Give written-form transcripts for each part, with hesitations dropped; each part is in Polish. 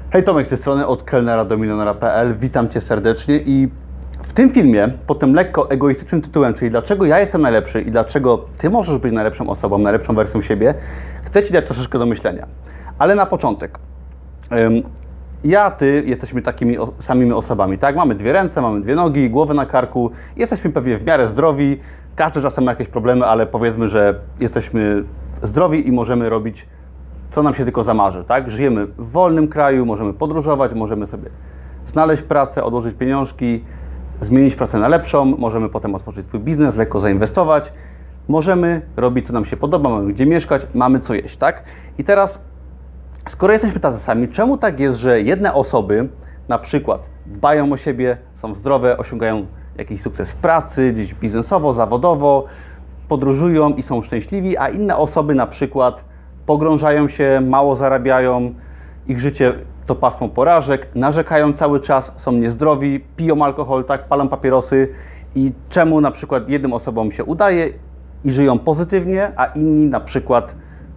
Hej, Tomek z tej strony, od kelnera do milionera.pl. Witam Cię serdecznie i w tym filmie, pod tym lekko egoistycznym tytułem, czyli dlaczego ja jestem najlepszy i dlaczego Ty możesz być najlepszą osobą, najlepszą wersją siebie, chcę Ci dać troszeczkę do myślenia. Ale na początek, ja, Ty jesteśmy takimi samymi osobami, tak? Mamy dwie ręce, mamy dwie nogi, głowę na karku, jesteśmy pewnie w miarę zdrowi, każdy czasem ma jakieś problemy, ale powiedzmy, że jesteśmy zdrowi i możemy robić co nam się tylko zamarzy, tak? Żyjemy w wolnym kraju, możemy podróżować, możemy sobie znaleźć pracę, odłożyć pieniążki, zmienić pracę na lepszą, możemy potem otworzyć swój biznes, lekko zainwestować, możemy robić co nam się podoba, mamy gdzie mieszkać, mamy co jeść, tak? I teraz, skoro jesteśmy tacy sami, czemu tak jest, że jedne osoby na przykład dbają o siebie, są zdrowe, osiągają jakiś sukces w pracy, gdzieś biznesowo, zawodowo, podróżują i są szczęśliwi, a inne osoby na przykład pogrążają się, mało zarabiają, ich życie to pasmo porażek, narzekają cały czas, są niezdrowi, piją alkohol, tak, palą papierosy i czemu na przykład jednym osobom się udaje i żyją pozytywnie, a inni na przykład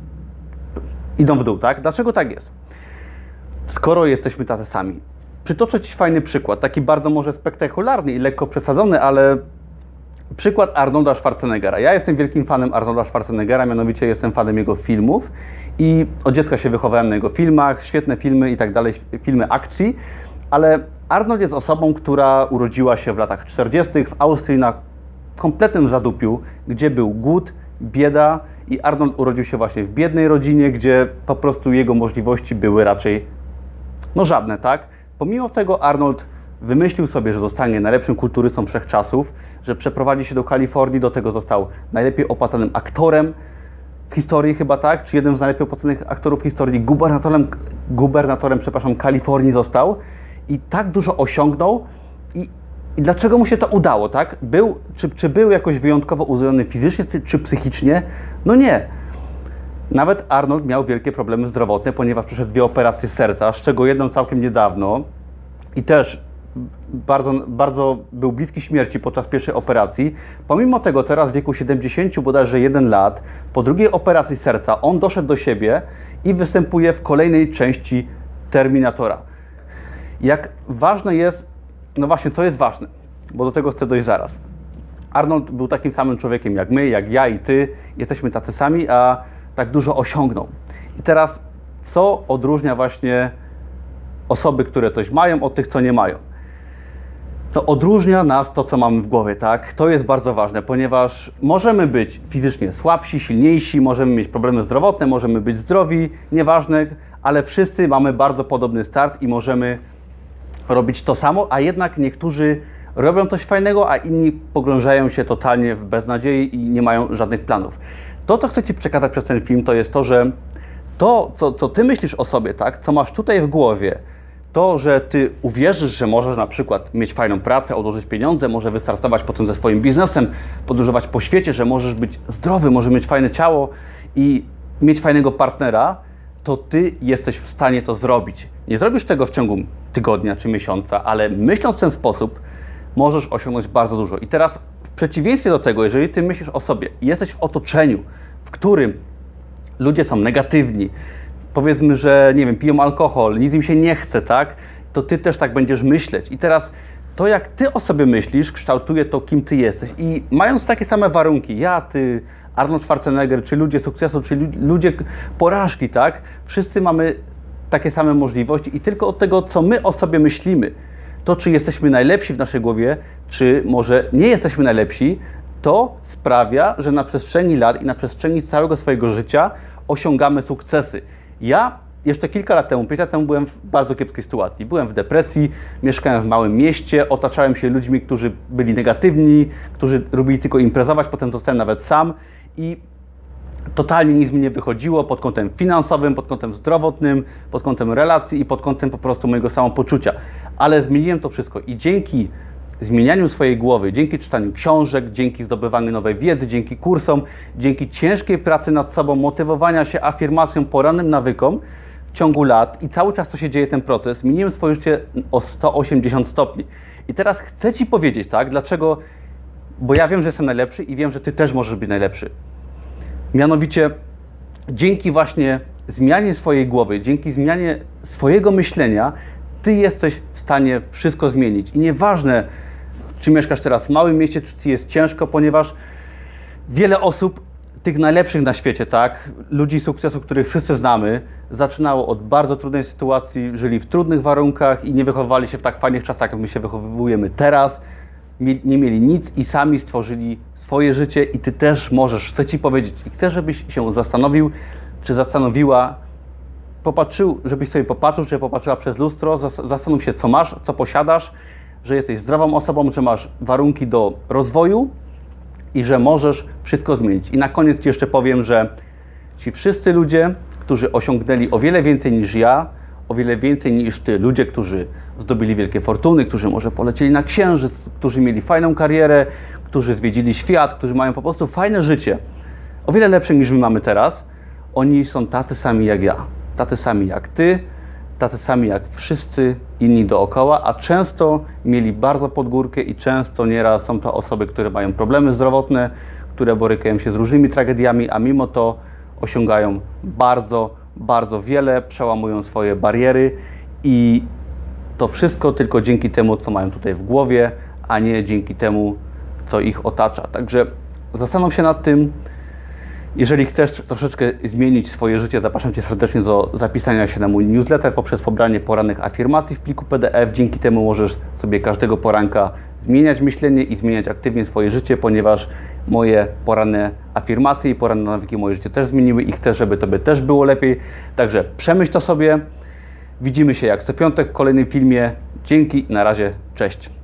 idą w dół, tak? Dlaczego tak jest? Skoro jesteśmy tacy sami. Przytoczę Ci fajny przykład, taki bardzo może spektakularny i lekko przesadzony, ale przykład Arnolda Schwarzeneggera. Ja jestem wielkim fanem Arnolda Schwarzeneggera, mianowicie jestem fanem jego filmów i od dziecka się wychowałem na jego filmach, świetne filmy i tak dalej, filmy akcji, ale Arnold jest osobą, która urodziła się w latach 40. w Austrii na kompletnym zadupiu, gdzie był głód, bieda i Arnold urodził się właśnie w biednej rodzinie, gdzie po prostu jego możliwości były raczej żadne, tak? Pomimo tego Arnold wymyślił sobie, że zostanie najlepszym kulturystą wszechczasów, że przeprowadzi się do Kalifornii, do tego został najlepiej opłacanym aktorem w historii chyba, tak? Czy jednym z najlepiej opłacanych aktorów w historii, gubernatorem Kalifornii został i tak dużo osiągnął i dlaczego mu się to udało, tak? Czy był jakoś wyjątkowo uzdrowiony fizycznie, czy psychicznie? No nie. Nawet Arnold miał wielkie problemy zdrowotne, ponieważ przeszedł 2 operacje serca, z czego jedną całkiem niedawno i też bardzo był bliski śmierci podczas pierwszej operacji. Pomimo tego teraz w wieku 70 bodajże 1 lat, po drugiej operacji serca, on doszedł do siebie i występuje w kolejnej części Terminatora. Jak ważne jest, no właśnie, co jest ważne, bo do tego chcę dojść zaraz. Arnold był takim samym człowiekiem jak my, jak ja i Ty, jesteśmy tacy sami, a tak dużo osiągnął. I teraz, co odróżnia właśnie osoby, które coś mają, od tych, co nie mają? To odróżnia nas to, co mamy w głowie, tak? To jest bardzo ważne, ponieważ możemy być fizycznie słabsi, silniejsi, możemy mieć problemy zdrowotne, możemy być zdrowi, nieważne, ale wszyscy mamy bardzo podobny start i możemy robić to samo, a jednak niektórzy robią coś fajnego, a inni pogrążają się totalnie w beznadziei i nie mają żadnych planów. To, co chcę Ci przekazać przez ten film, to jest to, że to, co Ty myślisz o sobie, tak? Co masz tutaj w głowie, to, że Ty uwierzysz, że możesz na przykład mieć fajną pracę, odłożyć pieniądze, może wystartować potem ze swoim biznesem, podróżować po świecie, że możesz być zdrowy, możesz mieć fajne ciało i mieć fajnego partnera, to Ty jesteś w stanie to zrobić. Nie zrobisz tego w ciągu tygodnia czy miesiąca, ale myśląc w ten sposób, możesz osiągnąć bardzo dużo. I teraz w przeciwieństwie do tego, jeżeli Ty myślisz o sobie i jesteś w otoczeniu, w którym ludzie są negatywni, powiedzmy, że nie wiem, piją alkohol, nic im się nie chce, tak? To Ty też tak będziesz myśleć. I teraz to, jak Ty o sobie myślisz, kształtuje to, kim Ty jesteś. I mając takie same warunki, ja, Ty, Arnold Schwarzenegger, czy ludzie sukcesu, czy ludzie porażki, tak? Wszyscy mamy takie same możliwości i tylko od tego, co my o sobie myślimy, to czy jesteśmy najlepsi w naszej głowie, czy może nie jesteśmy najlepsi, to sprawia, że na przestrzeni lat i na przestrzeni całego swojego życia osiągamy sukcesy. Ja jeszcze kilka lat temu, 5 lat temu byłem w bardzo kiepskiej sytuacji. Byłem w depresji, mieszkałem w małym mieście, otaczałem się ludźmi, którzy byli negatywni, którzy lubili tylko imprezować, potem zostałem nawet sam i totalnie nic mi nie wychodziło pod kątem finansowym, pod kątem zdrowotnym, pod kątem relacji i pod kątem po prostu mojego samopoczucia. Ale zmieniłem to wszystko i dzięki zmienianiu swojej głowy, dzięki czytaniu książek, dzięki zdobywaniu nowej wiedzy, dzięki kursom, dzięki ciężkiej pracy nad sobą, motywowania się afirmacją, porannym nawykom w ciągu lat i cały czas co się dzieje ten proces, zmieniłem swoje życie o 180 stopni. I teraz chcę Ci powiedzieć, tak, dlaczego, bo ja wiem, że jestem najlepszy i wiem, że Ty też możesz być najlepszy. Mianowicie dzięki właśnie zmianie swojej głowy, dzięki zmianie swojego myślenia, ty jesteś w stanie wszystko zmienić. I nieważne, czy mieszkasz teraz w małym mieście, czy ci jest ciężko, ponieważ wiele osób, tych najlepszych na świecie, tak, ludzi sukcesu, których wszyscy znamy, zaczynało od bardzo trudnej sytuacji, żyli w trudnych warunkach i nie wychowywali się w tak fajnych czasach, jak my się wychowujemy teraz. Nie mieli nic i sami stworzyli swoje życie i ty też możesz. Chcę ci powiedzieć i chcę, żebyś się zastanowił, czy zastanowiła, żebyś sobie popatrzył, czy popatrzyła przez lustro, zastanów się, co masz, co posiadasz, że jesteś zdrową osobą, że masz warunki do rozwoju i że możesz wszystko zmienić. I na koniec ci jeszcze powiem, że ci wszyscy ludzie, którzy osiągnęli o wiele więcej niż ja, o wiele więcej niż ty, ludzie, którzy zdobyli wielkie fortuny, którzy może polecieli na Księżyc, którzy mieli fajną karierę, którzy zwiedzili świat, którzy mają po prostu fajne życie, o wiele lepsze niż my mamy teraz, oni są tacy sami jak ja, tacy sami jak ty, tacy sami jak wszyscy inni dookoła, a często mieli bardzo pod górkę i często nieraz są to osoby, które mają problemy zdrowotne, które borykają się z różnymi tragediami, a mimo to osiągają bardzo, bardzo wiele, przełamują swoje bariery i to wszystko tylko dzięki temu, co mają tutaj w głowie, a nie dzięki temu, co ich otacza. Także zastanów się nad tym. Jeżeli chcesz troszeczkę zmienić swoje życie, zapraszam cię serdecznie do zapisania się na mój newsletter poprzez pobranie porannych afirmacji w pliku PDF. Dzięki temu możesz sobie każdego poranka zmieniać myślenie i zmieniać aktywnie swoje życie, ponieważ moje poranne afirmacje i poranne nawyki moje życie też zmieniły i chcę, żeby tobie też było lepiej. Także przemyśl to sobie. Widzimy się jak co piątek w kolejnym filmie. Dzięki, na razie, cześć.